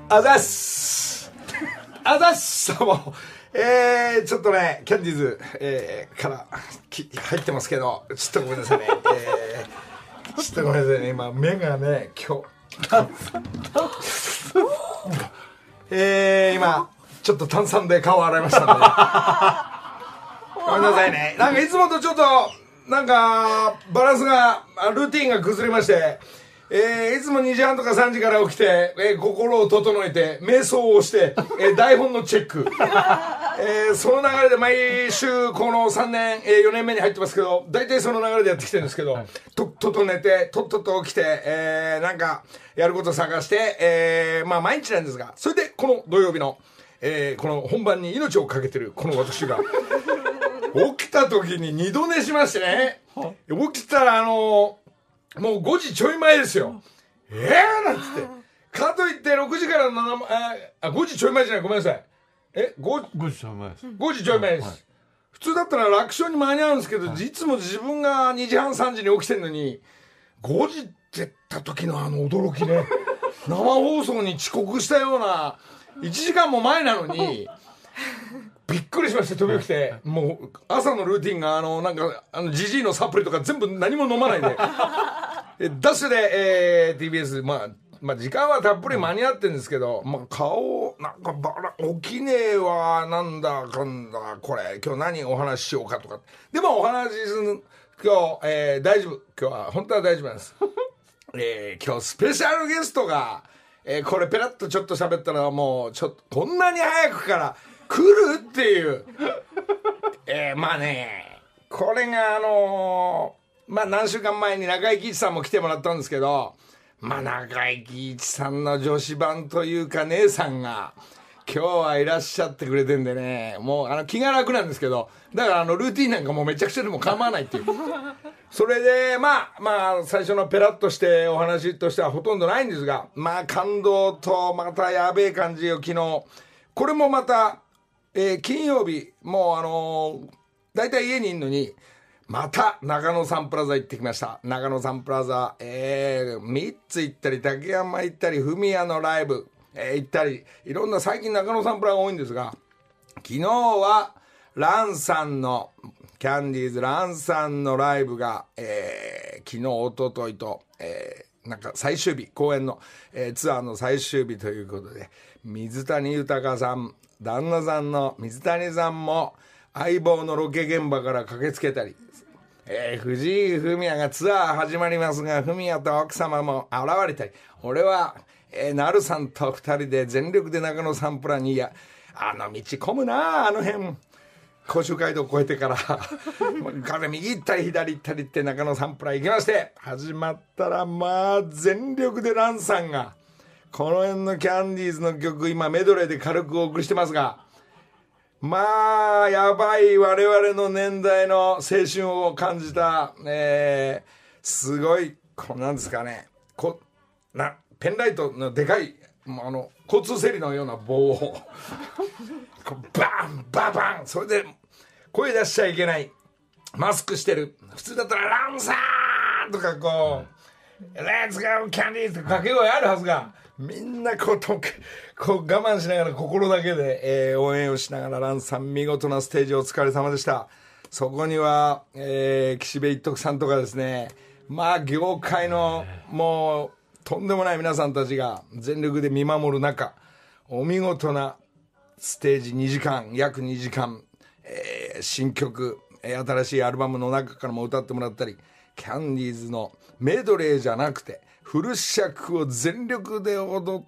あざっすあざっすもうちょっとねキャンディーズ、から入ってますけどちょっとごめんなさいね、ちょっとごめんなさいね今目がね今日今ちょっと炭酸で顔洗いましたんでごめんなさいね。なんかいつもとちょっとなんかバランスがルーティンが崩れまして、いつも2時半とか3時から起きて、心を整えて瞑想をして、台本のチェック、その流れで毎週この3年、4年目に入ってますけど、大体その流れでやってきてるんですけど、整えてとっとと起きて、なんかやることを探して、まあ毎日なんですが、それでこの土曜日の、この本番に命を懸けてるこの私が起きた時に二度寝しましてね、起きたらもう5時ちょい前ですよ。なんつってかといって6時から5時ちょい前じゃない、ごめんなさい。 5時ちょい前です。 5時ちょい前です、はい。普通だったら楽勝に間に合うんですけど、いつも自分が2時半3時に起きてるのに5時って言った時の驚きね生放送に遅刻したような1時間も前なのにびっくりしまして飛び起きて、もう朝のルーティンがなんかジジイのサプリとか全部何も飲まないでダッシュで、TBS、まあ時間はたっぷり間に合ってるんですけど、まあ、顔なんか起きねえわなんだかんだこれ今日何お話ししようかとか、でもお話しする今日、大丈夫、今日は本当は大丈夫なんです今日スペシャルゲストが、これペラッとちょっと喋ったらもうちょっとこんなに早くから来るっていうまあねこれがまあ何週間前に中井貴一さんも来てもらったんですけど、まあ中井貴一さんの女子版というか姉さんが今日はいらっしゃってくれてんでね、もう気が楽なんですけど、だからルーティンなんかもうめちゃくちゃでも構わないっていうそれでまあ最初のペラッとしてお話としてはほとんどないんですが、まあ感動とまたやべえ感じよ昨日。これもまた金曜日もう大体家にいるのにまた中野サンプラザ行ってきました。中野サンプラザ、3つ行ったり竹山行ったりフミヤのライブ、行ったりいろんな最近中野サンプラが多いんですが、昨日はランさんのキャンディーズランさんのライブが、昨日一昨日と、なんか最終日公演の、ツアーの最終日ということで水谷豊さん旦那さんの水谷さんも相棒のロケ現場から駆けつけたり、藤井フミヤがツアー始まりますがフミヤと奥様も現れたり、俺は、なるさんと2人で全力で中野サンプラに、いや道混むな辺甲州街道越えてからから右行ったり左行ったりって中野サンプラ行きまして、始まったらまあ全力でランさんがこの辺のキャンディーズの曲今メドレーで軽くお送りしてますが、まあやばい我々の年代の青春を感じた、すごいなんですかね、ペンライトのでかい交通整理のような棒をバンババン、それで声出しちゃいけない、マスクしてる、普通だったらランサーとかこうレッツゴーキャンディーズって掛け声あるはずが、みんなこう我慢しながら心だけで、応援をしながらランさん見事なステージお疲れ様でした。そこには、岸辺一徳さんとかですね、まあ業界のもうとんでもない皆さんたちが全力で見守る中、お見事なステージ2時間約2時間、新曲、新しいアルバムの中からも歌ってもらったり、キャンディーズのメドレーじゃなくてフル尺を全力で踊って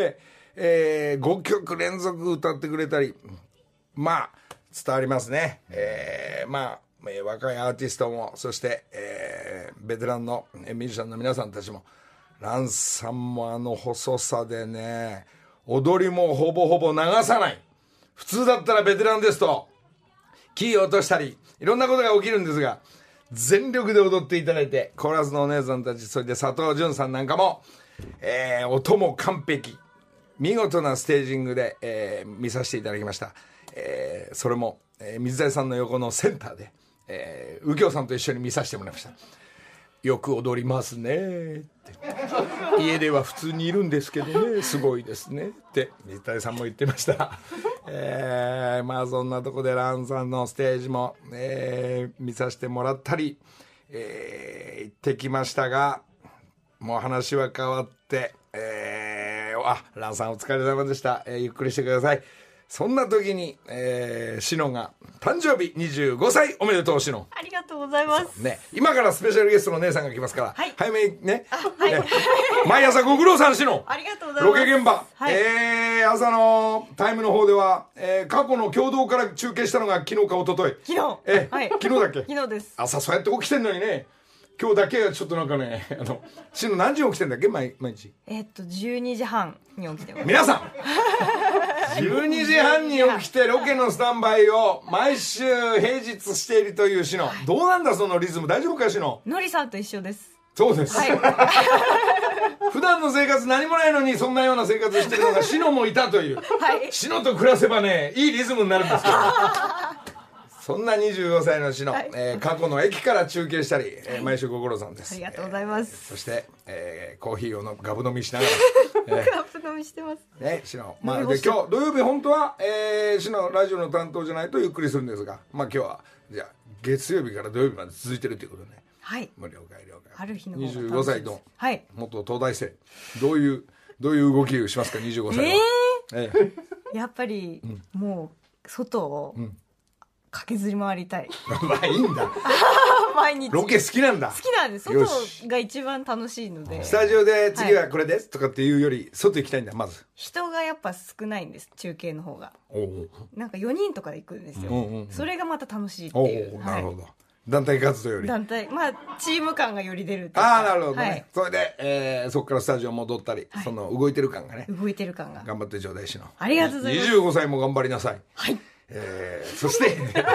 、5曲連続歌ってくれたり、まあ伝わりますね。まあ若いアーティストもそして、ベテランのミュージシャンの皆さんたちも、ランさんも細さでね、踊りもほぼほぼ流さない。普通だったらベテランですとキーを落としたりいろんなことが起きるんですが、全力で踊っていただいて、コーラスのお姉さんたち、それで佐藤潤さんなんかも、音も完璧、見事なステージングで、見させていただきました。それも、水谷さんの横のセンターで、右京さんと一緒に見させてもらいました。よく踊りますねって家では普通にいるんですけどね、すごいですねって水谷さんも言ってました。まあそんなとこで蘭さんのステージも、見させてもらったり、行ってきましたが、もう話は変わって、蘭さんお疲れ様でした、ゆっくりしてください。そんな時に、しのが誕生日25歳おめでとうしの。 ありがとうございます。 ね、今からスペシャルゲストの姉さんが来ますから、 はい、 早めにね、毎朝ご苦労さんしの。 ありがとうございます。 ロケ現場、 はい、 朝のタイムの方では、過去の共同から中継したのが昨日か一昨日。 昨日。 はい、昨日だっけ。 昨日です。 朝そうやって起きてんのにね。今日だけはちょっとなんかね、しの何時に起きてんだっけ毎日。 12時半に起きてます。 皆さん12時半に起きてロケのスタンバイを毎週平日しているというしの、どうなんだそのリズム、大丈夫かしの。 のりさんと一緒です。 そうです、はい、普段の生活何もないのにそんなような生活してるのがしのもいたという、はい、しのと暮らせばねいいリズムになるんですけどそんな25歳のしの、はい、過去の駅から中継したり、毎週ご苦労さんです。 ありがとうございます。 そして、コーヒーをガブ飲みしながらガブ飲みしてますね、しの、まあ、で今日土曜日本当は、しのラジオの担当じゃないとゆっくりするんですが、まあ今日はじゃあ月曜日から土曜日まで続いてるということで、ね、 はい、 了解了解。 ある日の 25歳の、 はい、 元東大生、どういう動きをしますか25歳は。 やっぱり、もう外を、駆けずり回りたい。 まあいいんだ毎日ロケ好きなんだ。 好きなんです。外が一番楽しいので、 スタジオで次はこれですとかっていうより外行きたいんだ。まず人がやっぱ少ないんです、中継の方が。なんか4人とかで行くんですよ、それがまた楽しいっていう。 なるほど、団体活動より団体、まあチーム感がより出るっていうか。なるほどね、それで、そこからスタジオ戻ったり、その動いてる感がね、 動いてる感が。 頑張ってちょうだいしの。 ありがとうございます。 25歳も頑張りなさい。 はい。 そして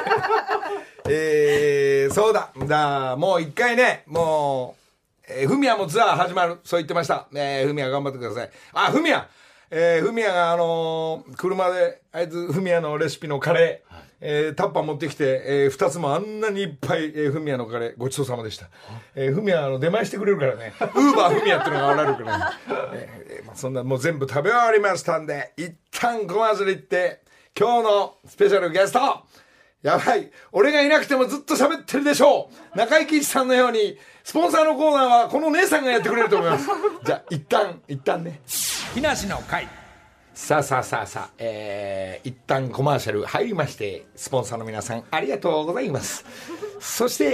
そうだもう一回ね、もうフミヤもツアー始まる、そう言ってました。フミヤ頑張ってください。フミヤが車であいつフミヤのレシピのカレー、タッパー持ってきて、2つもあんなにいっぱい、フミヤのカレーごちそうさまでした。フミヤ出前してくれるからね、ウーバーフミヤっていうのがおられるからね、そんなもう全部食べ終わりましたんで、一旦コマーシャル行って今日のスペシャルゲスト、やばい、俺がいなくてもずっと喋ってるでしょう、中井貴一さんのようにスポンサーのコーナーはこの姉さんがやってくれると思いますじゃあ一旦ね、木梨の会、さあ、一旦コマーシャル入りまして、スポンサーの皆さんありがとうございます。そして、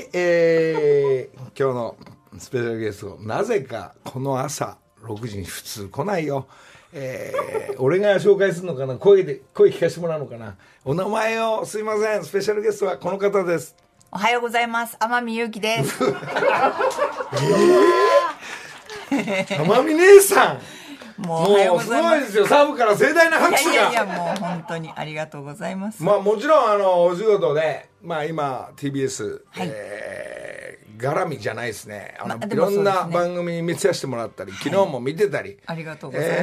今日のスペシャルゲスト、なぜかこの朝6時に普通来ないよ。俺が紹介するのかな、声聞かせてもらうのかな。お名前を、すいません、スペシャルゲストはこの方です。 おはようございます、天海祐希です天海姉さん、 もうすごいですよ、サブから盛大な拍手が。 いやもう本当にありがとうございます。 まあもちろんお仕事で、まあ今 TBS、絡みじゃないですね、いろんな番組に見せてもらったり、昨日も見てたり、 ありがとうございます。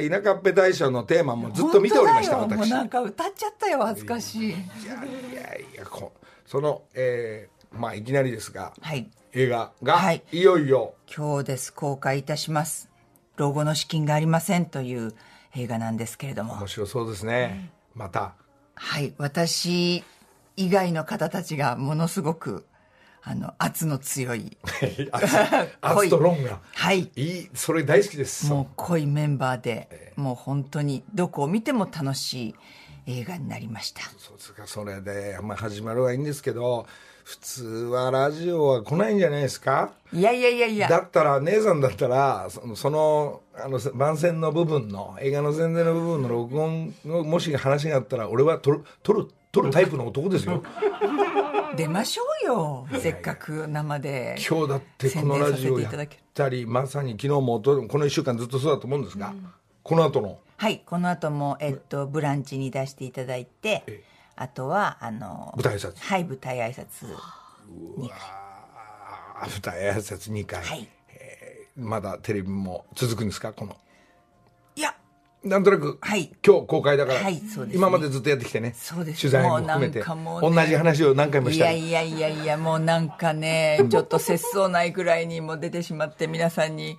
田舎っぺ大賞のテーマもずっと見ておりました。私もうなんか歌っちゃったよ、恥ずかしい。いやその、まあいきなりですが、映画が、いよいよ今日です公開いたします。老後の資金がありませんという映画なんですけれども、 面白そうですね。また私以外の方たちがものすごく圧の強い圧とロンが、それ大好きです。 もう濃いメンバーで、もう本当にどこを見ても楽しい映画になりました。 そうですか。それで、始まるはいいんですけど、普通はラジオは来ないんじゃないですか。 いやだったら姉さんだったらその番宣の部分の、映画の宣伝の部分の録音のもし話があったら、俺は撮るタイプの男ですよ出ましょうよ、せっかく生で。 今日だってこのラジオやったり、まさに昨日もこの1週間ずっとそうだと思うんですが、この後のこの後も、ブランチに出していただいて、あとは舞台挨拶、 舞台挨拶2回、 舞台挨拶2回、まだテレビも続くんですか。 いや、 なんとなく、今日公開だから、今までずっとやってきてね、取材も含めて、同じ話を何回もしたり。 いやもうなんかねちょっと節操ないぐらいにも出てしまって、皆さんに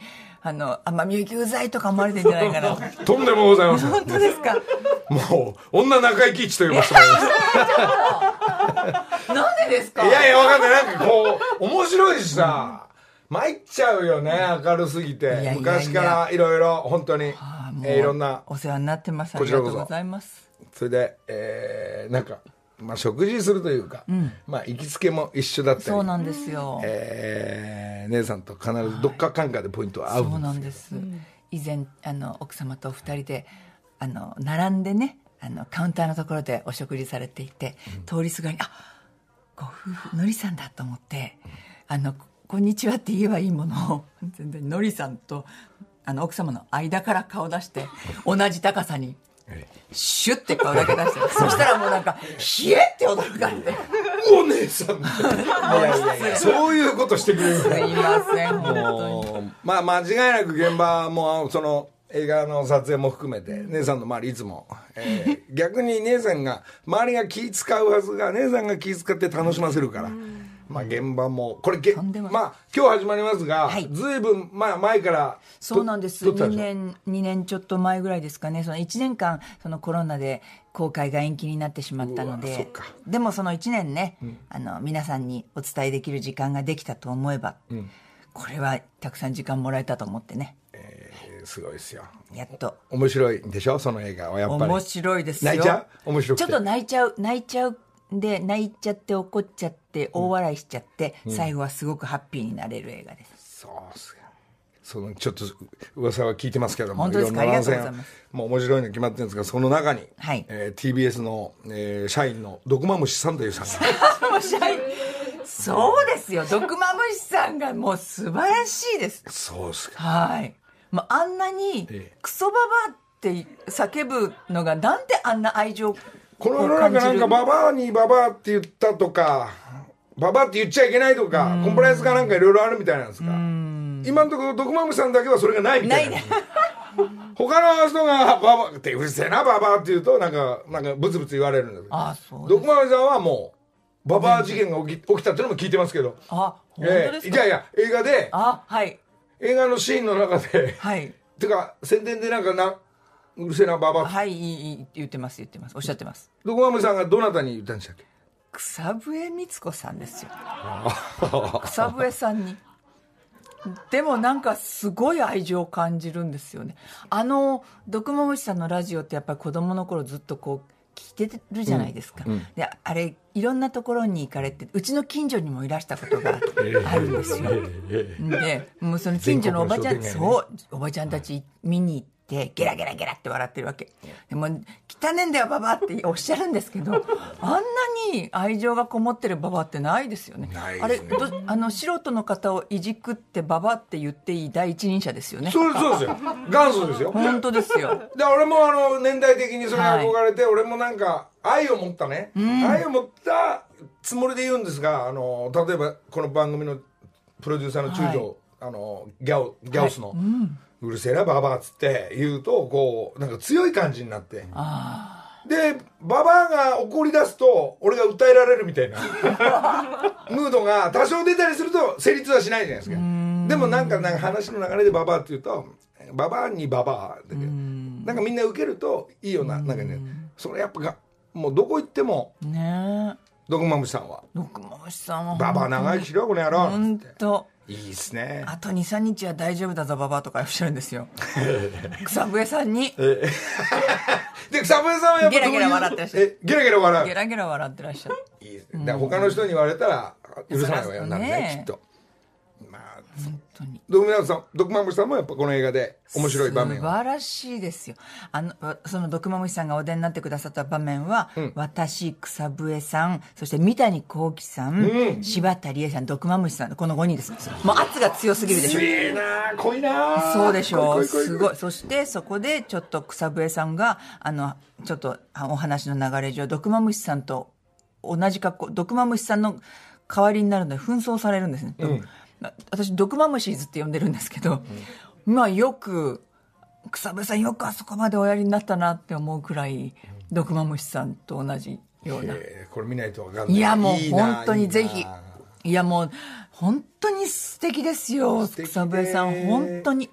天海祐希うざいとか思われてんじゃないかな。 とんでもございません。 本当ですか。 もう女中井貴一と呼ばせてもらいます。 なんでですか。 いやいや、わかんない。なんかこう面白いしさ、参っちゃうよね、明るすぎて。 いやいやいや昔からいろいろ本当に、いろんなお世話になってます。あこちらこそりがとうございます。 それで、なんか、まあ、食事するというか、まあ、行きつけも一緒だったり。 そうなんですよ。 姉さんと必ずどっかかんかでポイントは合うんですよ。 そうなんです。以前奥様とお二人で並んでねカウンターのところでお食事されていて、通りすがりにご夫婦のりさんだと思って、こんにちはって言えばいいものを全然のりさんと奥様の間から顔出して同じ高さにシュッて顔だけ出してそしたらもうなんか冷えって驚かれてお姉さんみたいなそういうことしてくれるすいません本当に。 まあ間違いなく現場もその映画の撮影も含めて姉さんの周りいつも、逆に姉さんが周りが気使うはずが姉さんが気使って楽しませるから、まあ現場もこれまあ今日始まりますが、ずいぶん前からそうなんです。2年ちょっと前ぐらいですかね。その1年間そのコロナで公開が延期になってしまったので、でもその1年ね、皆さんにお伝えできる時間ができたと思えば、これはたくさん時間もらえたと思ってね。 すごいですよ。 やっと面白いんでしょ、その映画は。やっぱり面白いですよ。 泣いちゃう面白くてちょっと泣いちゃうで泣いちゃって怒っちゃって大笑いしちゃって、最後はすごくハッピーになれる映画です。 そうっすか。そのちょっと噂は聞いてますけども、 本当ですか。ありがとうございます。 もう面白いの決まってるんですが、その中に、TBS の、社員の毒マムシさんというさんがそうですよ。毒マムシさんがもう素晴らしいです。 そうですか。 はい。あんなにクソババアって叫ぶのがなんであんな愛情をこの世の中なんかババアにババアって言ったとかババアって言っちゃいけないとかコンプライアンスかなんかいろいろあるみたいなんですか。今のところ毒マムシさんだけはそれがないみたいな他の人がババアってうるせえなババアって言うとなんかブツブツ言われるんですけど、毒マムシさんはもうババア事件が起きたっていうのも聞いてますけど。 本当ですか。 いや映画で映画のシーンの中で、てか宣伝でなんかうるせえなババア言ってますおっしゃってます。 毒マムさんがどなたに言ったんでしたっけ。 草笛光子さんですよ。草笛さんに。でもなんかすごい愛情を感じるんですよね。毒マムシさんのラジオってやっぱり子供の頃ずっとこう聞いてるじゃないですか、であれいろんなところに行かれてうちの近所にもいらしたことがあるんですよ。でもうその近所のおばちゃん、おばちゃんたち見に行ってゲラゲラゲラって笑ってるわけでも汚ねんだよババアっておっしゃるんですけどあんなに愛情がこもってるババアってないですよね。あれ素人の方をいじくってババアって言っていい第一人者ですよね。 そうですよ。元祖ですよ。 本当ですよ。 で俺も年代的にそれに憧れて、俺もなんか愛を持ったね、愛を持ったつもりで言うんですが、例えばこの番組のプロデューサーの中条、ギャオスの、うるせえなババアっつって言うとこうなんか強い感じになって、でババアが怒り出すと俺が訴えられるみたいなムードが多少出たりすると成立はしないじゃないですか。でもなんか話の流れでババアって言うとババアにババアだけどなんかみんな受けるといいような、なんかね、それやっぱもうどこ行っても毒マムシさんはババア長生きしろこの野郎本当いいっすね。 あと 2,3 日は大丈夫だぞババアとかおっしゃるんですよ草笛さんにで草笛さんはやっぱゲラゲラ笑ってらっしゃる。 ゲラゲラ笑う。 ゲラゲラ笑ってらっしゃる。 いいですね。他の人に言われたら許さないわよなんね、きっと。まあ本当に。 毒マムシさんもやっぱこの映画で面白い場面素晴らしいですよ。その毒マムシさんがお出になってくださった場面は、私草笛さんそして三谷幸喜さん、柴田理恵さん、毒マムシさんこの5人です。もう圧が強すぎるでしょ。 強いな濃いな。 そうでしょう。すごい。そしてそこでちょっと草笛さんがちょっとお話の流れ上毒マムシさんと同じ格好毒マムシさんの代わりになるので紛争されるんですね。私毒マムシーズって呼んでるんですけど、まあよく草笛さんよくあそこまでおやりになったなって思うくらい毒マムシさんと同じような。 これ見ないと分かんない。 いやもう本当にぜひ。いやもう本当に素敵ですよ草笛さん本当に。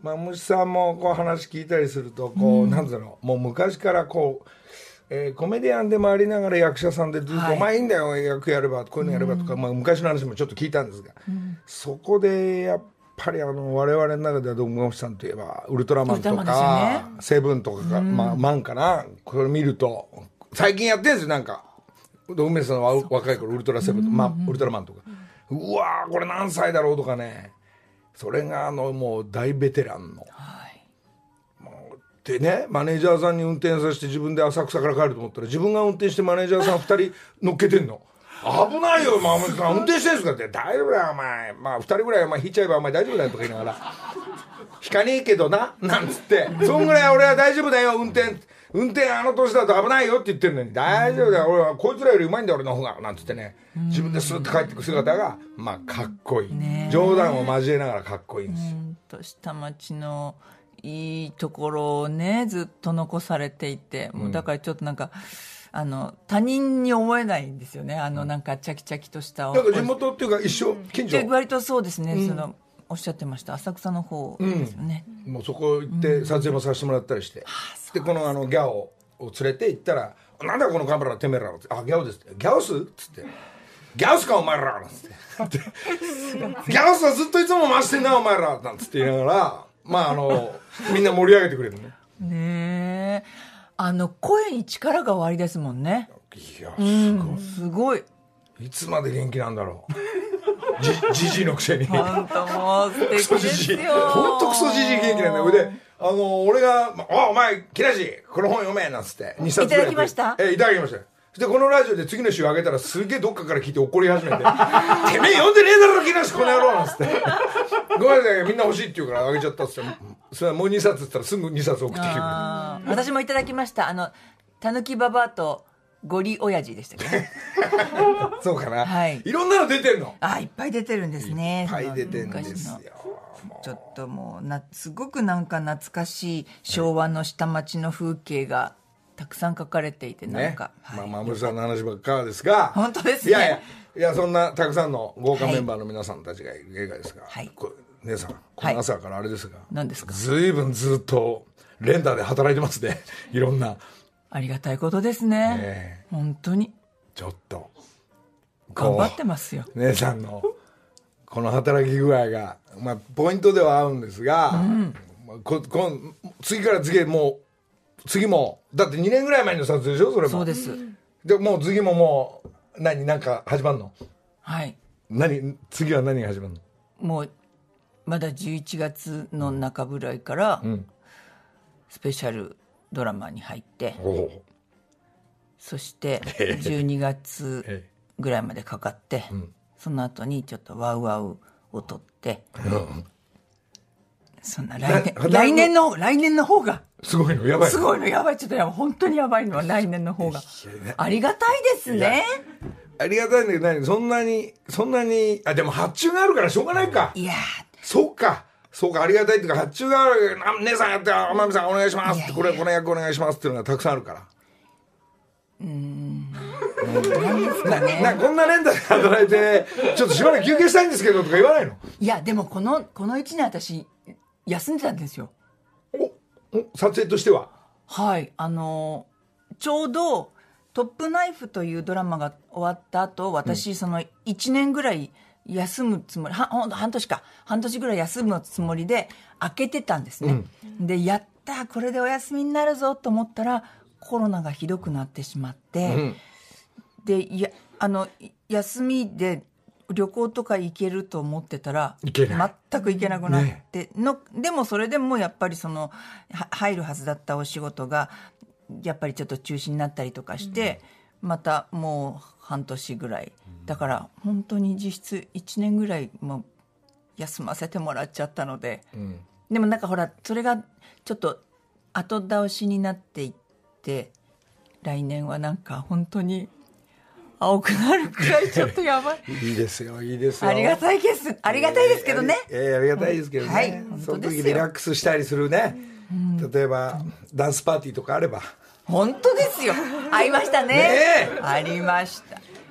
まむしさんもこう話聞いたりするとこう、なんだろう、もう昔からこう、コメディアンでもありながら役者さんでずっと、 はい、 お前いいんだよ役やればこういうのやればとか、まあ、昔の話もちょっと聞いたんですが、そこでやっぱり我々の中ではまむしさんといえばウルトラマンとか、ね、セブンとかが、マンかな、これ見ると最近やってるんですよ。なんか梅さんは若い頃ウルトラセブンとか、ウルトラマンとか、うわーこれ何歳だろうとかね、それがもう大ベテランの、でね、マネージャーさんに運転させて自分で浅草から帰ると思ったら自分が運転してマネージャーさん2人乗っけてんの。危ないよまむしさん運転してんすかって。大丈夫だよお前、まあ2人ぐらいお前引いちゃえばお前大丈夫だよとか言いながら引かねえけどななんつって、そんぐらい俺は大丈夫だよ運転あの年だと危ないよって言ってるのに、大丈夫だよ俺はこいつらよりうまいんだよ俺の方がなんつってね、自分でスーッと帰ってく姿がまあかっこいい、冗談を交えながらかっこいいんですよ。 下町のいいところをねずっと残されていて、もうだからちょっとなんか他人に思えないんですよね。なんかチャキチャキとしたなんか地元っていうか一緒近所、 割とそうですね、おっしゃってました。浅草の方ですよね、 もうそこ行って撮影もさせてもらったりして、でこのギャオを連れて行ったら「なんだこのカメラてめえら」って「あギャオです」って「ギャオス?」っつって「ギャオスかお前ら」なんつって「ギャオスはずっといつも回してんなお前ら」なんつって言いながら、まあみんな盛り上げてくれるね。 ねえ、声に力がおありですもんね。 いやすごい。 いつまで元気なんだろうじじいのくせに本当もう素敵ですよ。 本当クソじじい元気なんだよ。で俺が「お前木梨この本読め」なんつって2冊ぐらいいただきました。 いただきました。でこのラジオで次の週あげたらすげえどっかから聞いて怒り始めて「てめえ読んでねえだろ木梨この野郎」なんつって「ごめんなさいみんな欲しいって言うからあげちゃった」っつってそれはもう2冊っつったらすぐ2冊送ってきてくれる。 私もいただきました。たぬきババアとゴリ親父でしたっけねそうかな、 はい、 いろんなの出てんの。 いっぱい出てるんですね。 いっぱい出てるんですよ。 ちょっともうすごくなんか懐かしい昭和の下町の風景がたくさん書かれていて、なんか、 まむしさんの話ばっかりですが、 本当ですね。 いやそんなたくさんの豪華メンバーの皆さんたちがいる映画ですが、姉さんこの朝からあれですが、 何ですか。 ずいぶんずっと連打で働いてますねいろんな。 ありがたいことですね、本当にちょっと頑張ってますよ姉さんのこの働き具合が、ポイントでは合うんですが、次から次もだって2年ぐらい前の撮影でしょそれも。 そうです。 でもう次ももうなんか始まるの。 はい。 次は何が始まるの。 もうまだ11月の中ぐらいから、スペシャルドラマに入って、そして12月ぐらいまでかかって、その後にちょっとワウワウを撮って、そんな来年の方がすごいのやばい。 すごいのやばい。ちょっと本当にやばいのは来年の方がありがたいですね。 ありがたいんだけどそんなにでも発注があるからしょうがないか。 いやそうかありがたいっていうか発注がある。姉さんやって天海さんお願いしますって、この役お願いしますっていうのがたくさんあるから。 何ですかね。 こんな連打で働いてちょっとしばらく休憩したいんですけどとか言わないの。 いやでもこの1年私休んでたんですよ。 撮影としては。 はい、ちょうどトップナイフというドラマが終わった後、私その1年ぐらい休むつもり、半年ぐらい休むつもりで開けてたんですね、でやったこれでお休みになるぞと思ったらコロナがひどくなってしまって、で休みで旅行とか行けると思ってたら全く行けなくなって、でもそれでもやっぱり入るはずだったお仕事がやっぱりちょっと中止になったりとかして、またもう半年ぐらいだから本当に実質1年ぐらいもう休ませてもらっちゃったので、でもなんかほらそれがちょっと後倒しになっていって、来年はなんか本当に青くなるくらいちょっとやばいいいですよありがたいですけどね、 ありがたいですけどね、その時リラックスしたりするね、例えばダンスパーティーとかあれば。 本当ですよ。ありましたね。ありました。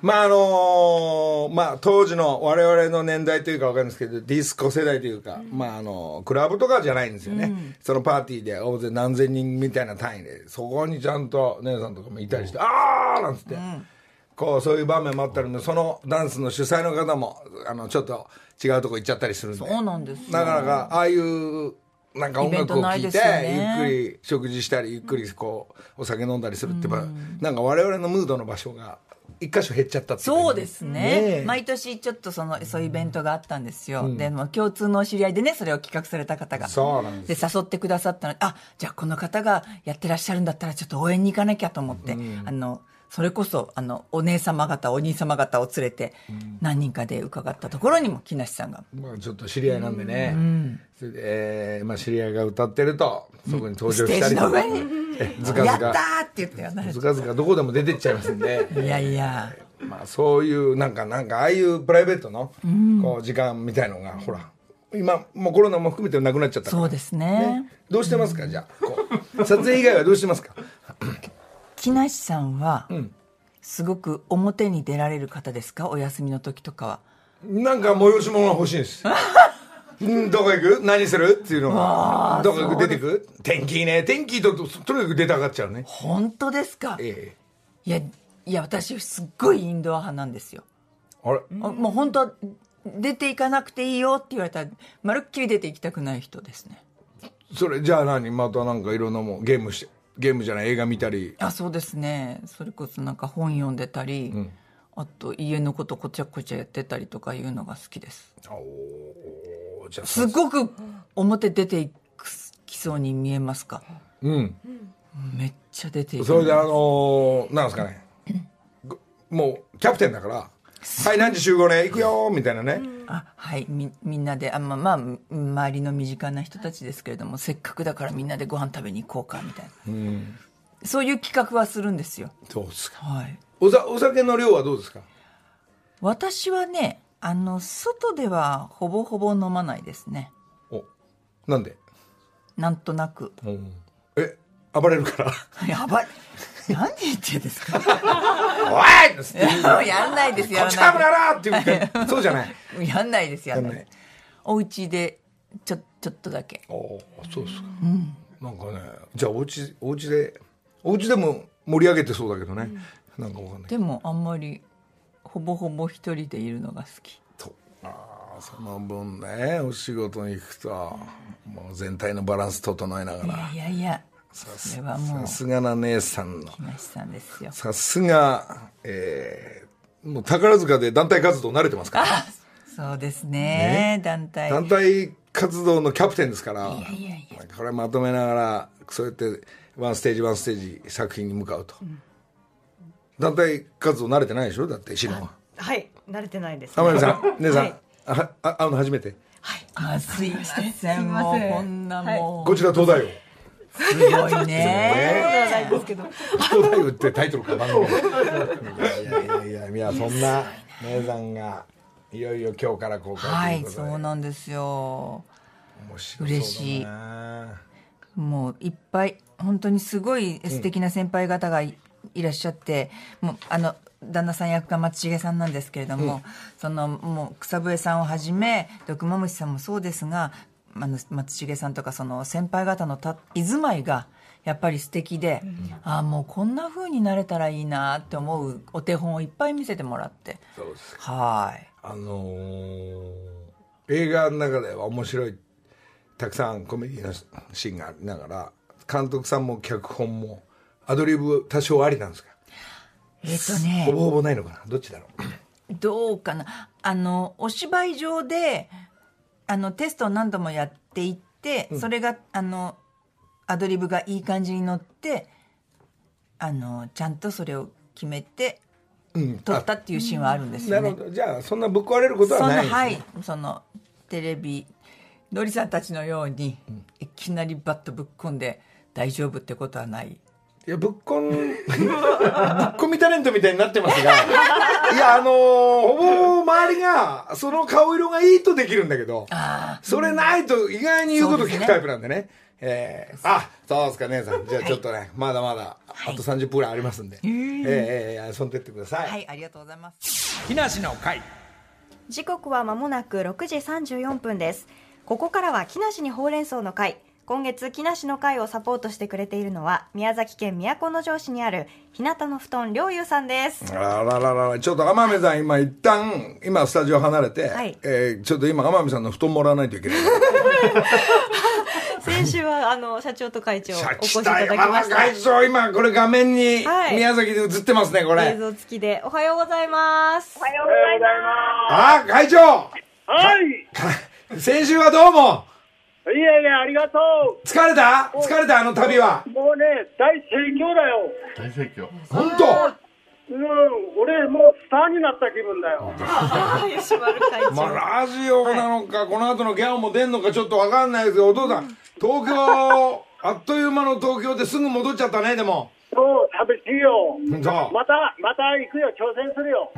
まあ当時の我々の年代というか分かるんですけど、ディスコ世代というか、クラブとかじゃないんですよね、そのパーティーで大勢何千人みたいな単位で、そこにちゃんと姉さんとかもいたりして、あーなんつって、そういう場面もあったので、そのダンスの主催の方もちょっと違うとこ行っちゃったりするんで、 そうなんですよ。 なかなかああいうなんか音楽を聴いて、ゆっくり食事したり、ゆっくりお酒飲んだりするって、なんか我々のムードの場所が一箇所減っちゃったっていう、 そうですね。毎年ちょっとそういうイベントがあったんですよ。でも共通のお知り合いでね、それを企画された方が。 そうなんです。 で、誘ってくださったので、じゃあこの方がやってらっしゃるんだったらちょっと応援に行かなきゃと思って、それこそお姉様方お兄様方を連れて何人かで伺ったところにも木梨さんが、 ちょっと知り合いなんでね、それで、知り合いが歌ってるとそこに登場したりとか、 ステージの上にずかずかやったーって言ってよね、 ずかずかどこでも出てっちゃいますんでいやいや、 そういうなんかああいうプライベートの時間みたいのが、ほら今もうコロナも含めてなくなっちゃったから、 そうですね。 どうしてますか、じゃあ撮影以外はどうしてますか？ 木梨さんは、すごく表に出られる方ですか？お休みの時とかは。 なんか催し物が欲しいんですどこ行く？何する？っていうのが、どこ行く？出てく？天気いいね。天気ととにかく出たがっちゃうね。 本当ですか？いや私すっごいインドア派なんですよ。 あれ？ もう本当は出ていかなくていいよって言われたらまるっきり出ていきたくない人ですね。 それじゃあまたなんかいろんなもんゲームじゃない、映画見たり。 そうですね。それこそなんか本読んでたり、あと家のことこちゃこちゃやってたりとかいうのが好きです。 じゃあすごく表出ていきそうに見えますか？めっちゃ出ていく。 それでなんですかねもうキャプテンだからはい何時集合ね行くよみたいなね、 はい、みんなで周りの身近な人たちですけれども、せっかくだからみんなでご飯食べに行こうかみたいな、そういう企画はするんですよ。 そうですか。 はい。 お酒の量はどうですか？ 私はね、外ではほぼほぼ飲まないですね。 なんで？ なんとなく。 暴れるから？ 何言ってんですか？ おいっつってやんないです、やらないです。こっちかぶらなっていうかそうじゃない。 やんないです、やんない。お家でちょっとだけ。 そうですか。なんかね、じゃあお家でも盛り上げてそうだけどね、なんかわかんない。 でもあんまりほぼほぼ一人でいるのが好き。 その分ね、お仕事に行くともう全体のバランス整えながら。 いやそれはもうさすがな姉さんの木梨さんですよ。 さすが、もう宝塚で団体活動慣れてますから。 そうですね。団体活動のキャプテンですから。 いやこれまとめながらそうやってワンステージ作品に向かうと、団体活動慣れてないでしょ？だってシロンは。 はい、慣れてないです、 天海さん、姉さん、会うの初めて？ はい。すいません、もうこんなもう。 こちら東大王。 すごいね。 ないですけど。 東大王ってタイトルか番組。いやそんな姉さんがいよいよ今日から公開ということで。 はい、そうなんですよ。 面白そうだな。 嬉しい。もういっぱい本当にすごい素敵な先輩方がいらっしゃって、もう旦那さん役が松重さんなんですけれども、もう草笛さんをはじめ毒まむしさんもそうですが、松重さんとかその先輩方の居住まいがやっぱり素敵で、もうこんな風になれたらいいなって思うお手本をいっぱい見せてもらって。 そうですか。 はい。 映画の中では面白いたくさんコメディのシーンがありながら、監督さんも脚本もアドリブ多少ありなんですか？ほぼほぼないのかな、どっちだろう。 どうかな。お芝居上でテストを何度もやっていって、それがアドリブがいい感じに乗ってちゃんとそれを決めて撮ったっていうシーンはあるんですよね。 なるほど。じゃあそんなぶっ壊れることはないですね。 はい。そのテレビのりさんたちのように、いきなりバッとぶっ込んで大丈夫ってことはない。 いやぶっ込みタレントみたいになってますがいやほぼ周りがその顔色がいいとできるんだけど、それないと意外に言うこと聞くタイプなんでね。そうですか姉さん、じゃあちょっとね、まだまだあと30分ぐらいありますんで、遊んでってください。 はい、ありがとうございます。 木梨の会。 時刻は間もなく6時34分です。ここからは木梨にほうれん草の会。今月木梨の会をサポートしてくれているのは宮崎県都城市にある日向の布団良友さんです。 ちょっと天海さん今スタジオ離れて、はい、ちょっと今天海さんの布団もらわないといけない。 先週は社長と会長お越しいただきました。 会長、今これ画面に宮崎で映ってますね、これ映像付きで。おはようございます。 おはようございます。 会長。 はい。 先週はどうも。 いやいや、ありがとう。 疲れたあの旅は。 もうね、大盛況だよ。 大盛況。 本当。 俺もうスターになった気分だよ。 吉丸会長。 ラジオなのか、この後のギャオも出んのかちょっとわかんないですけど、お父さん、東京、あっという間の東京ですぐ戻っちゃったね、でも。 そう、寂しいよ。また行くよ、挑戦するよ。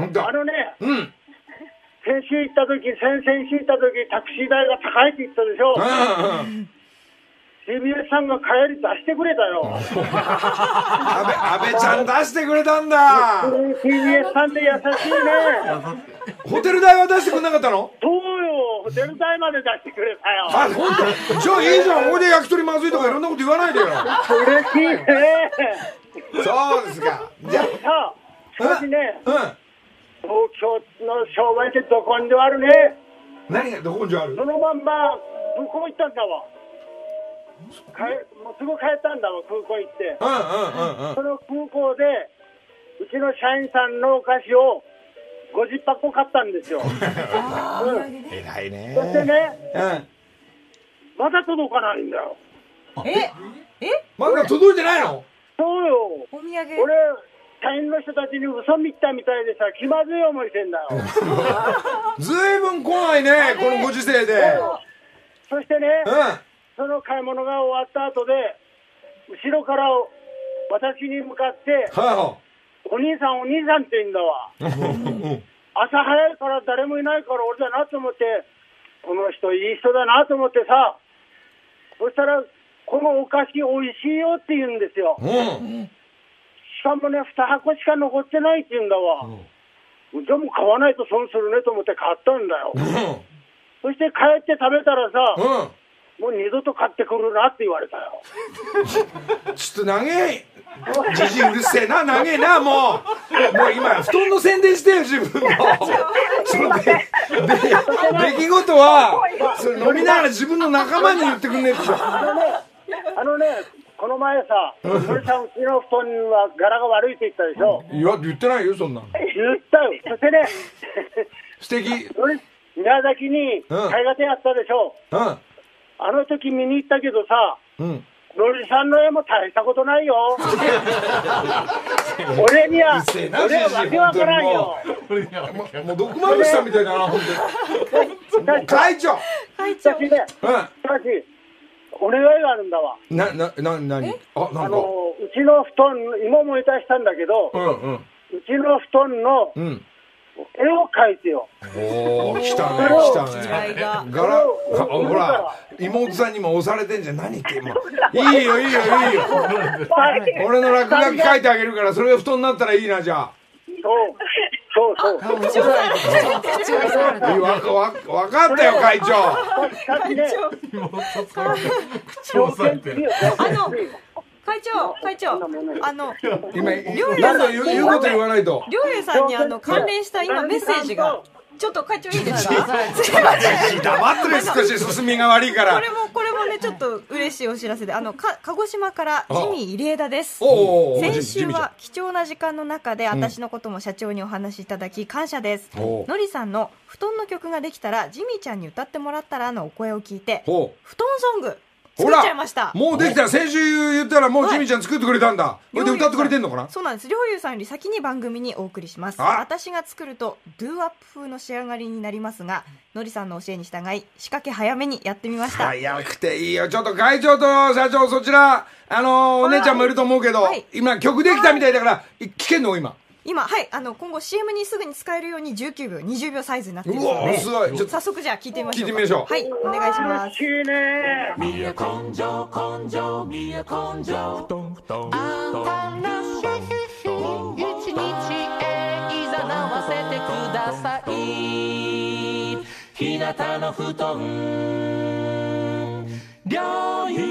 先々週行った時、タクシー代が高いって言ったでしょ。CBS さんが帰り出してくれたよ。 安倍ちゃん出してくれたんだ。 CBS さんって優しいね。 ホテル代は出してくれなかったの？ そうよ、ホテル代まで出してくれたよ。 本当？じゃあいいじゃん。ここで焼き鳥まずいとかいろんなこと言わないでよ。 嬉しいね。 そうですか。 じゃあさ、私ね、東京の商売ってどこにでもあるね。 何がどこにでもある？ そのまんま空港行ったんだわ。もうすぐ帰ったんだわ、空港行って。その空港でうちの社員さんのお菓子を50箱買ったんですよ。 偉いね。 そしてね、まだ届かないんだよ。 まだ届いてないの？ そうよ。 お土産。 俺社員の人たちに嘘みたいみたいでさ、気まずい思いしてんだよ。 ずいぶん来ないね、このご時世で。 そしてね、その買い物が終わった後で後ろから私に向かってお兄さんって言うんだわ。朝早いから誰もいないから俺だなと思って、この人いい人だなと思ってさ、そしたらこのお菓子おいしいよって言うんですよ。しかもね、2箱しか残ってないって言うんだわ。じゃあもう買わないと損するねと思って買ったんだよ。そして帰って食べたらさ、もう二度と買ってくるなって言われたよ。 ちょっと長え。じじいうるせえな、長えな、もう今布団の宣伝してよ、自分の。その出来事はそれ飲みながら自分の仲間に言ってくんねえって。この前さ、それさんうちの布団は柄が悪いって言ったでしょ。 言ってないよ、そんなの。 言ったよ。そしてね、 素敵。 宮崎に絵画展あったでしょ。あの時見に行ったけどさ、のりさんの絵も大したことないよ。俺にはわけわからんよ。 もう毒まぶしたみたいだな、本当に。会長。 私ね、お願いがあるんだわ。 何？ うちの布団、今もいたしたんだけど、うちの布団の絵を描いてよ。 来たね。柄、ほら、妹さんにも押されてんじゃん。何言っていいよ。俺の落書き書いてあげるから、それが布団になったらいいな、じゃあ。 そう。 分かったよ、会長。 会長、 今、何度言うこと言わないと。 良友さんに関連した今メッセージが。ちょっと会長いいですか？ 黙ってる、少し進みが悪いから。 これもね、ちょっと嬉しいお知らせで、鹿児島からジミー入枝です。先週は貴重な時間の中で私のことも社長にお話しいただき感謝です。のりさんの布団の曲ができたらジミーちゃんに歌ってもらったらのお声を聞いて、布団ソング作っちゃいました。 もうできた。先週言ったらもうジミーちゃん作ってくれたんだ。これで歌ってくれてんのかな？ そうなんです。良友さんより先に番組にお送りします。私が作るとドゥーアップ風の仕上がりになりますが、のりさんの教えに従い仕掛け早めにやってみました。 早くていいよ。ちょっと会長と社長、そちらお姉ちゃんもいると思うけど、今曲できたみたいだから聞けんの？今今、はい、今後 CM にすぐに使えるように19秒、20秒サイズになっているので、 うわすごい。 早速じゃあ聞いてみましょう。 聞いてみましょう。 はい、お願いします。 いいね。 みや根性根性みや根性新しい一日へいざなわせてください。日向の布団両湯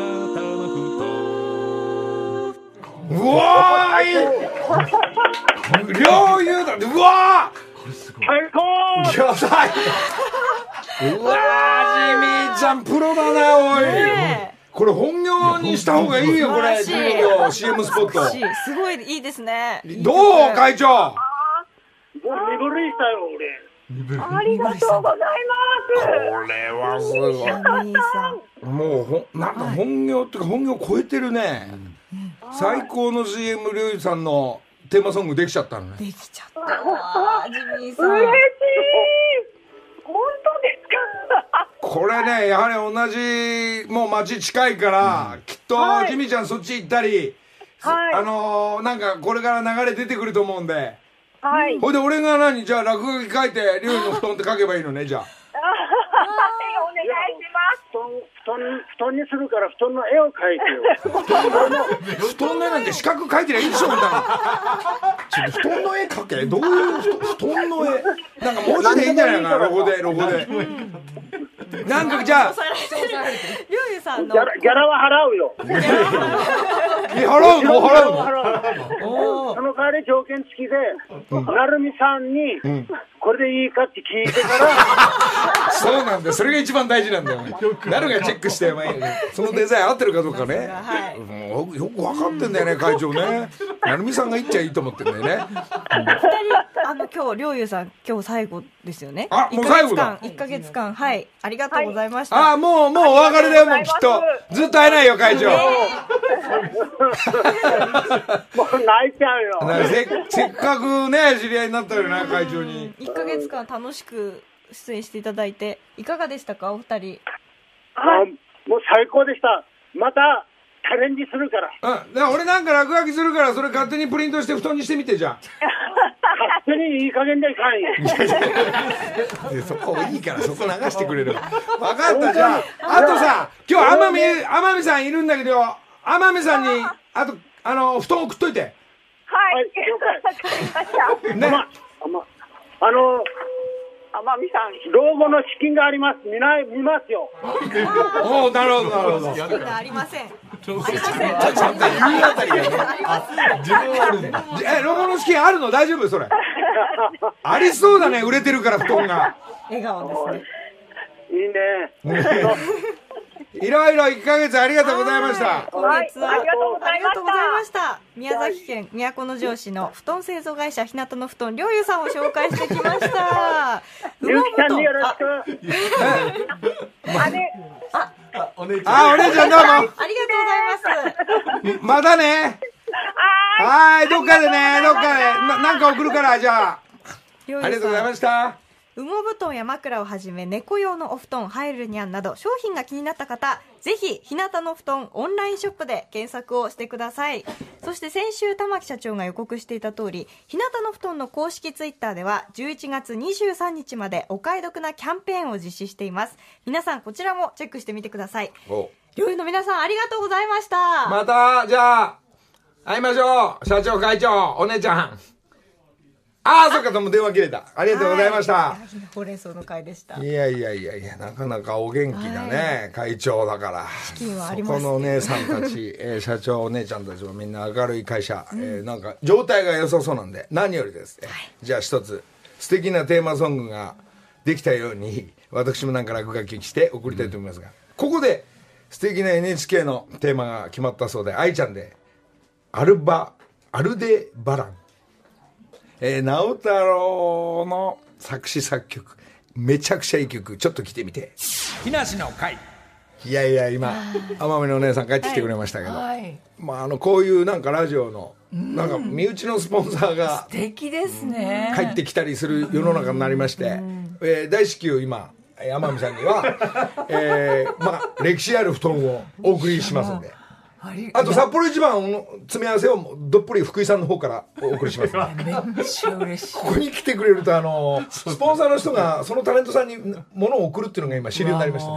うわーいい両湯だ。うわー最高。 やばい。うわージミーちゃんプロだなおい、これ本業にした方がいいよこれ。10秒 CM スポットすごいいいですね。 どう会長。 もう身震いしたよ俺。 ありがとうございます。 これはすごい。もうなんか本業っていうか本業超えてるね。最高の CM りょうゆさんのテーマソングできちゃったのね。 できちゃったわジミーさん。 嬉しい。本当ですか。 これねやはり同じもう街近いから、きっとジミーちゃんそっち行ったり、なんかこれから流れ出てくると思うんで。 はい。 ほいで俺がじゃあ落書き書いてりょうゆの布団って書けばいいのねじゃあ。 はい、お願いします。 布団にするから布団の絵を描いてよ。 布団の絵なんて四角描いてりゃいいでしょみたいな。布団の絵描け。どういう布団の絵。なんか文字でいいんじゃないかな。ロゴで。なんかじゃありょうゆさんのギャラは払うよ。 払うの。 その代わり条件付きで、なるみさんにこれでいいかって聞いてから。 そうなんだよ。それが一番大事なんだよ。なるがチェックしてそのデザイン合ってるかどうかね。よく分かってんだよね会長ね。なるみさんが言っちゃいいと思ってんだよね。 今日りょうゆさん今日最後ですよね。 あ、もう最後だ。 1ヶ月間はいありがとうございました。 あ、もうお別れだよもうきっと。ずっと会えないよ会長。 もう泣いちゃうよ。 せっかくね知り合いになったよな会長に。 1ヶ月間楽しく出演していただいていかがでしたかお二人。 もう最高でした。またチャレンジするから。 俺なんか落書きするからそれ勝手にプリントして布団にしてみてじゃん。 勝手にいい加減でいかんよ。 そこいいからそこ流してくれる。分かったじゃあ。あとさ今日天海さんいるんだけど天海さんにあと布団送っといて。 はい、わかりました。 ね。 天海さん、 老後の資金があります。見ますよ。 おお、なるほど。 資金がありません。 ちゃんと言うあたりがね。自分はあるんだ。老後の資金あるの大丈夫それ。ありそうだね売れてるから布団が。 笑顔ですね。 いいね。 いろいろ1ヶ月ありがとうございました。 今月はありがとうございました。宮崎県都城市の布団製造会社ひなたの布団りょうゆさんを紹介してきました。 ゆうきちゃんによろしく。 お姉ちゃん。お姉ちゃんどうも。 ありがとうございます。 またね。はい、どっかでね、なんか送るからじゃあ。ありがとうございました。 羽毛布団や枕をはじめ猫用のお布団ハイルニャンなど商品が気になった方ぜひ日向の布団オンラインショップで検索をしてください。そして先週玉木社長が予告していた通り日向の布団の公式ツイッターでは11月23日までお買い得なキャンペーンを実施しています。皆さんこちらもチェックしてみてください。両友の皆さんありがとうございました。 またじゃあ会いましょう。社長会長お姉ちゃん。そっか、もう電話切れた。ありがとうございました。 ほうれん草の会でした。 いや、なかなかお元気だね、会長だから。 資金はあります。 そこのお姉さんたち、社長お姉ちゃんたちもみんな明るい会社、なんか状態が良さそうなんで、何よりですね。じゃあ一つ、素敵なテーマソングができたように、私もなんか落書きして送りたいと思いますが、ここで素敵な NHK のテーマが決まったそうで、愛ちゃんで、アルデバラン。直太朗の作詞作曲めちゃくちゃいい曲ちょっと聴いてみて。 木梨の会。 いや今天海のお姉さん帰ってきてくれましたけど、こういうなんかラジオのなんか身内のスポンサーが素敵ですね帰ってきたりする世の中になりまして、大至急今天海さんには、歴史ある布団をお送りしますんで、 あと札幌一番の詰め合わせをどっぷり福井さんの方からお送りします。 めっちゃ嬉しい。 ここに来てくれるとスポンサーの人がそのタレントさんに物を送るっていうのが今主流になりました。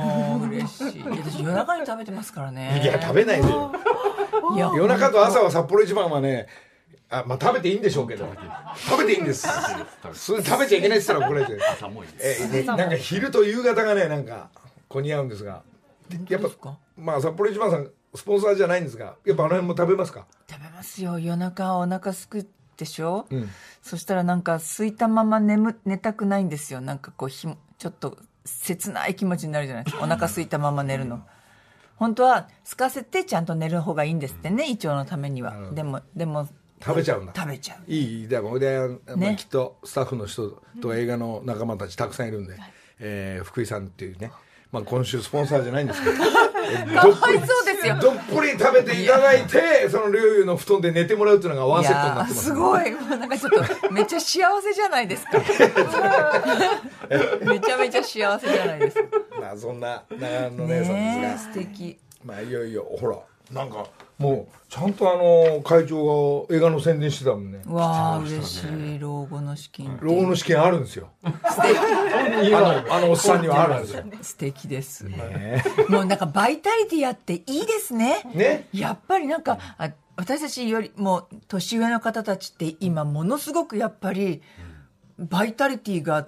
嬉しい。私夜中に食べてますからね。 いや食べないでよ。夜中と朝は札幌一番はね、まあ食べていいんでしょうけど、食べていいんです。それ食べちゃいけないって言ったら怒られて、なんか昼と夕方がねなんかこう似合うんですが、やっぱまあ札幌一番さんスポンサーじゃないんですが、やっぱあの辺も食べますか？ 食べますよ。夜中お腹すくでしょ、そしたらなんか空いたまま寝たくないんですよ。なんかこうちょっと切ない気持ちになるじゃないですか。お腹空いたまま寝るの。本当は空かせてちゃんと寝る方がいいんですってね、胃腸のためには。でも食べちゃうんだ。 食べちゃう。 いい。でもね、きっとスタッフの人と映画の仲間たちたくさんいるんで、福井さんっていうね、まあ今週スポンサーじゃないんですけど、 かわいそうですよ。 どっぷり食べていただいて、その陵侑の布団で寝てもらうっていうのがワンセットになってます。 すごい。なんかちょっとめっちゃ幸せじゃないですか。めちゃめちゃ幸せじゃないですか。 まあそんな長野の姉さんですが、 素敵。 まあいよいよほらなんかもうちゃんと会長が映画の宣伝してたもんね。 わあ嬉しい。老後の資金。 老後の資金あるんですよ。素敵。おっさんにはあるんですよ。 素敵です。もうなんかバイタリティあっていいですね。 ね。 やっぱりなんか私たちよりも年上の方たちって今ものすごくやっぱりバイタリティがあって、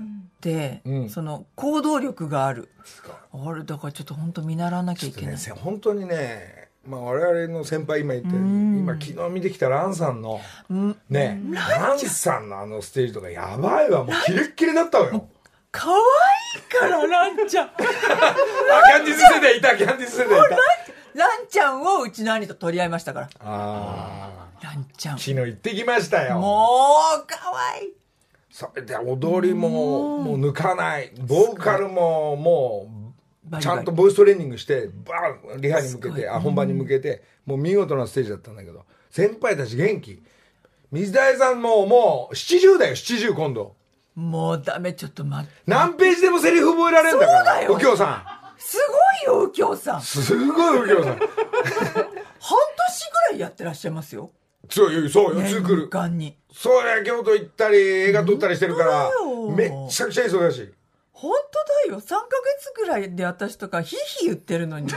その行動力がある。あれだからちょっと本当見習わなきゃいけない。 本当にね。まあ、我々の先輩今言って今昨日見てきたランさんのねランさんのステージとかやばいわ。もうキレッキレだったわよ。 可愛いからランちゃん。 キャンディス世代いた。キャンディス世代いた。 ランちゃんをうちの兄と取り合いましたから。ランちゃん昨日行ってきましたよ。 もう可愛い。 それで踊りももう抜かない。ボーカルももうちゃんとボイストレーニングしてリハに向けて本番に向けてもう見事なステージだったんだけど、先輩たち元気。水谷さんもう70だよ。70今度。もうダメ。ちょっと待って。 何ページでもセリフ覚えられるんだから。そうだよ。右京さんすごいよ。右京さんすごい。右京さん半年ぐらいやってらっしゃいますよ。 そうよ作る。そうや京都行ったり映画撮ったりしてるからめっちゃくちゃ忙しい。 本当だよ。3ヶ月ぐらいで私とかヒーヒー言ってるのに。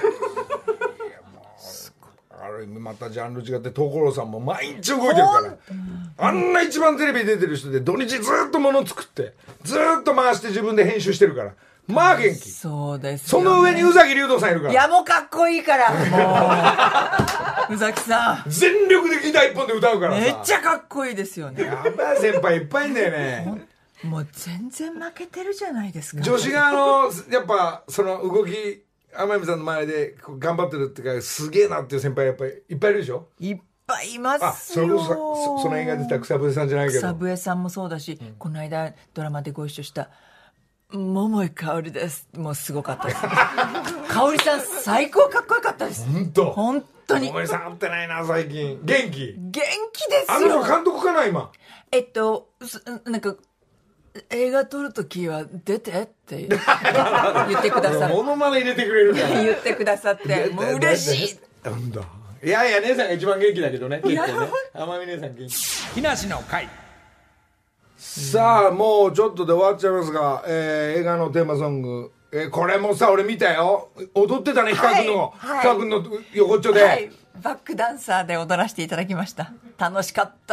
ある意味またジャンル違って所さんも毎日動いてるから、あんな一番テレビ出てる人で土日ずっと物作ってずっと回して自分で編集してるからまあ元気。 そうですよね。 その上に宇崎竜童さんいるから。 いやもうかっこいいからもう宇崎さん全力でギター一本で歌うからさ。 めっちゃかっこいいですよね。 やばい先輩いっぱいいんだよね。 もう全然負けてるじゃないですか。 女子がやっぱその動き天海さんの前で頑張ってるっていうかすげえなっていう先輩やっぱりいっぱいいるでしょ。 いっぱいいますよ。 それこそその映画出た草笛さんじゃないけど草笛さんもそうだし、この間ドラマでご一緒した桃井かおりです。もうすごかったですかおりさん最高かっこよかったです。本当に桃井さん会ってないな最近。元気ですよ。 あの監督かな今。 なんか映画撮るときは出てって言ってくださる。 モノマネ入れてくれるから言ってくださってもう嬉しい。 なんだ。いや姉さんが一番元気だけどね。結構ね天海姉さん元気。 木梨の会。 さあもうちょっとで終わっちゃいますが、映画のテーマソング、これもさ俺見たよ。踊ってたね。氷川君の横っちょで、 バックダンサーで踊らせていただきました。楽しかった。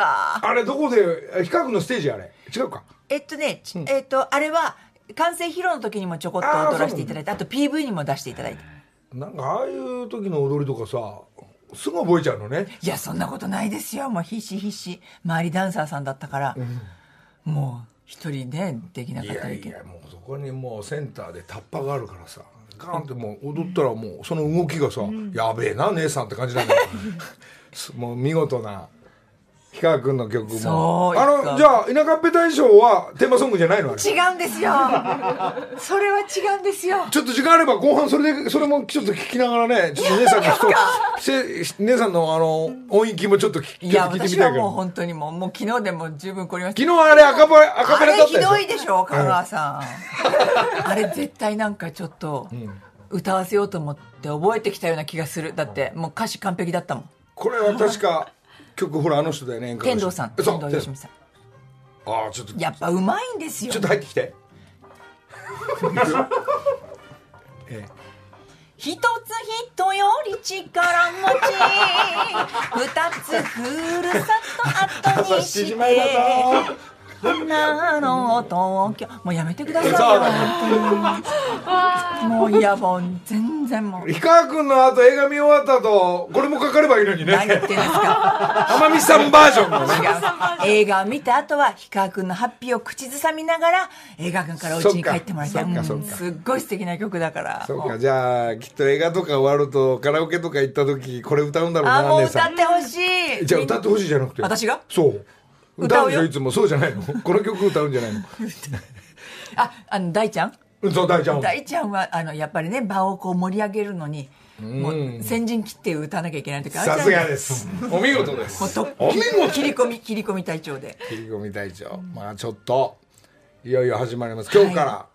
あれどこで氷川君のステージあれ違うか。 あれは完成披露の時にもちょこっと踊らせていただいて、あと PV にも出していただいて。 なんかああいう時の踊りとかさすぐ覚えちゃうのね。 いやそんなことないですよ。もう必死周りダンサーさんだったから、もう一人ねできなかったけど。 いやもうそこにもうセンターでタッパがあるからさガーンってもう踊ったらもうその動きがさ、やべえな姉さんって感じなんだよもう見事な氷川君の曲も。じゃあ田舎っぺ大賞はテーマソングじゃないの？あれ違うんですよそれは違うんですよ。 ちょっと時間あれば後半それもちょっと聞きながらね、ちょっと姉さんの姉さんの音域もちょっと聞いてみたいけど。 私はもう本当にもう昨日でも十分凝りました。 昨日あれ赤ペラだったでしょ。 あれひどいでしょ香川さんあれ絶対なんかちょっと、 歌わせようと思って覚えてきたような気がする。だってもう歌詞完璧だったもん。 これは確か曲ほらあの人だよね。 天童さん、天童よしみさん。 ああちょっとやっぱうまいんですよ。 ちょっと入ってきて。 一つ人より力持ち、二つふるさと後にして花の東京。もうやめてくださいよ本当に。もういやもう全然もう氷川君の後映画見終わった後これもかかればいいのにね。 何言ってんですか。 天海さんバージョンのね。 違う、映画を見た後は氷川君のハッピーを口ずさみながら映画館からお家に帰ってもらいたい。すっごい素敵な曲だから。 そうか、じゃあきっと映画とか終わるとカラオケとか行った時これ歌うんだろうな。 もう歌ってほしい。 じゃあ歌ってほしいじゃなくて私がそう歌うでしょ。いつもそうじゃないの。この曲歌うんじゃないの。 大ちゃん。 そう大ちゃん。 大ちゃんはやっぱりね場をこう盛り上げるのにもう先陣切って歌わなきゃいけない時あるじゃない。 さすがです。お見事です。 お見事。切り込み隊長で。 切り込み隊長。まあちょっといよいよ始まります。今日から。はい、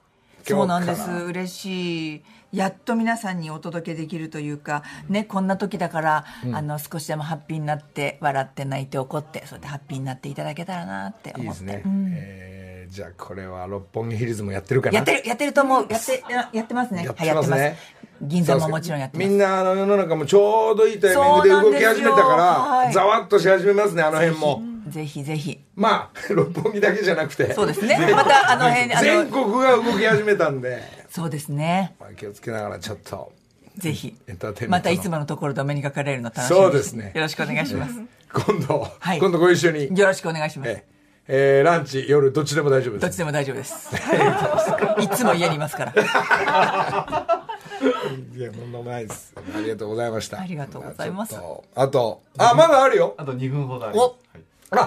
そうなんです。嬉しい。やっと皆さんにお届けできるというかね、こんな時だから、少しでもハッピーになって笑って泣いて怒ってそうやってハッピーになっていただけたらなって思って。いいですね。じゃあこれは六本木ヒルズもやってるかな。 やってると思う。やってますね。 やってますね。 銀座ももちろんやってます。 みんな世の中もちょうどいいタイミングで動き始めたからざわっとし始めますね。あの辺もぜひぜひ。 まあ六本木だけじゃなくてそうですね。またあの辺全国が動き始めたんでそうですね。 気をつけながらちょっとぜひまたいつものところでお目にかかれるの楽しみです。 そうですね。 よろしくお願いします。 今度ご一緒によろしくお願いします。 ランチ夜どっちでも大丈夫です。 どっちでも大丈夫です。いつも家にいますから。 いやとんでもないです。ありがとうございました。 ありがとうございます。 あとまだあるよ。 あと2分ほどあります。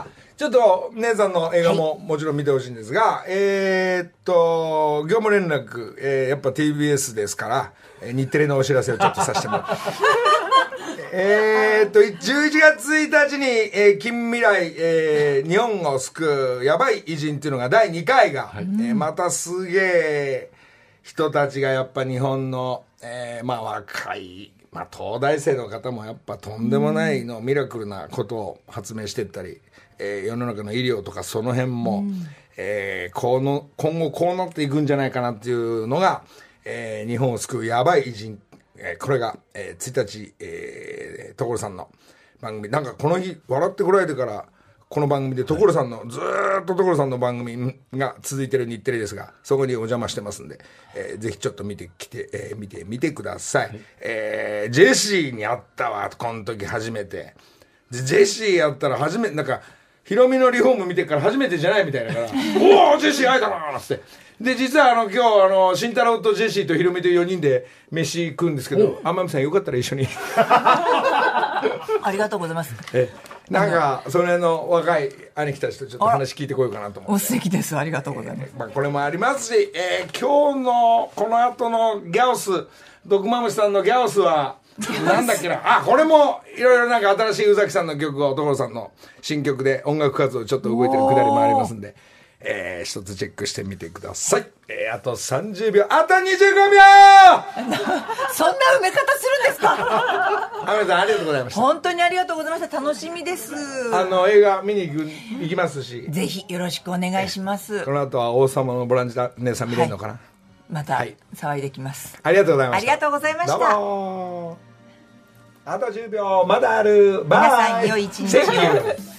ちょっと姉さんの映画ももちろん見てほしいんですが、業務連絡、やっぱ TBS ですから日テレのお知らせをちょっとさせてもらう。11月1日に、近未来、日本を救うやばい偉人っていうのが第2回が、またすげえ人たちがやっぱ日本の、若い、東大生の方もやっぱとんでもないのミラクルなことを発明していったり、世の中の医療とかその辺も、今後こうなっていくんじゃないかなっていうのが、日本を救うやばい偉人、これが、1日、所さんの番組なんかこの日笑ってこられてからこの番組で所さんの、ずーっと所さんの番組が続いてる日テレですがそこにお邪魔してますんで、ぜひちょっと見てみてください。ジェシーに会ったわこの時初めてでジェシーやったら初めてなんかヒロミのリフォーム見てから初めてじゃないみたいだからおおジェシー会えたなーってで実は今日慎太郎とジェシーとヒロミと4人で飯食うんですけど天海さんよかったら一緒にありがとうございます。 なんかその辺の若い兄貴たちとちょっと話聞いてこようかなと思って。 お素敵です。ありがとうございます。 これもありますし、今日のこの後のギャオスドクマムシさんのギャオスはなんだっけなこれもいろいろなんか新しい宇崎さんの曲を所さんの新曲で音楽活動ちょっと動いてるくだりもありますんで、一つチェックしてみてください。あと30秒あと25秒そんな埋め方するんですか。 天海さんありがとうございました。 本当にありがとうございました。楽しみです。 映画見に行きますしぜひよろしくお願いします。 この後は王様のブランチ姉さん見れるのかな、 また騒いできます。 ありがとうございました。 ありがとうございました。 どうもあと10秒まだある。バイ。 皆さん良い一日を。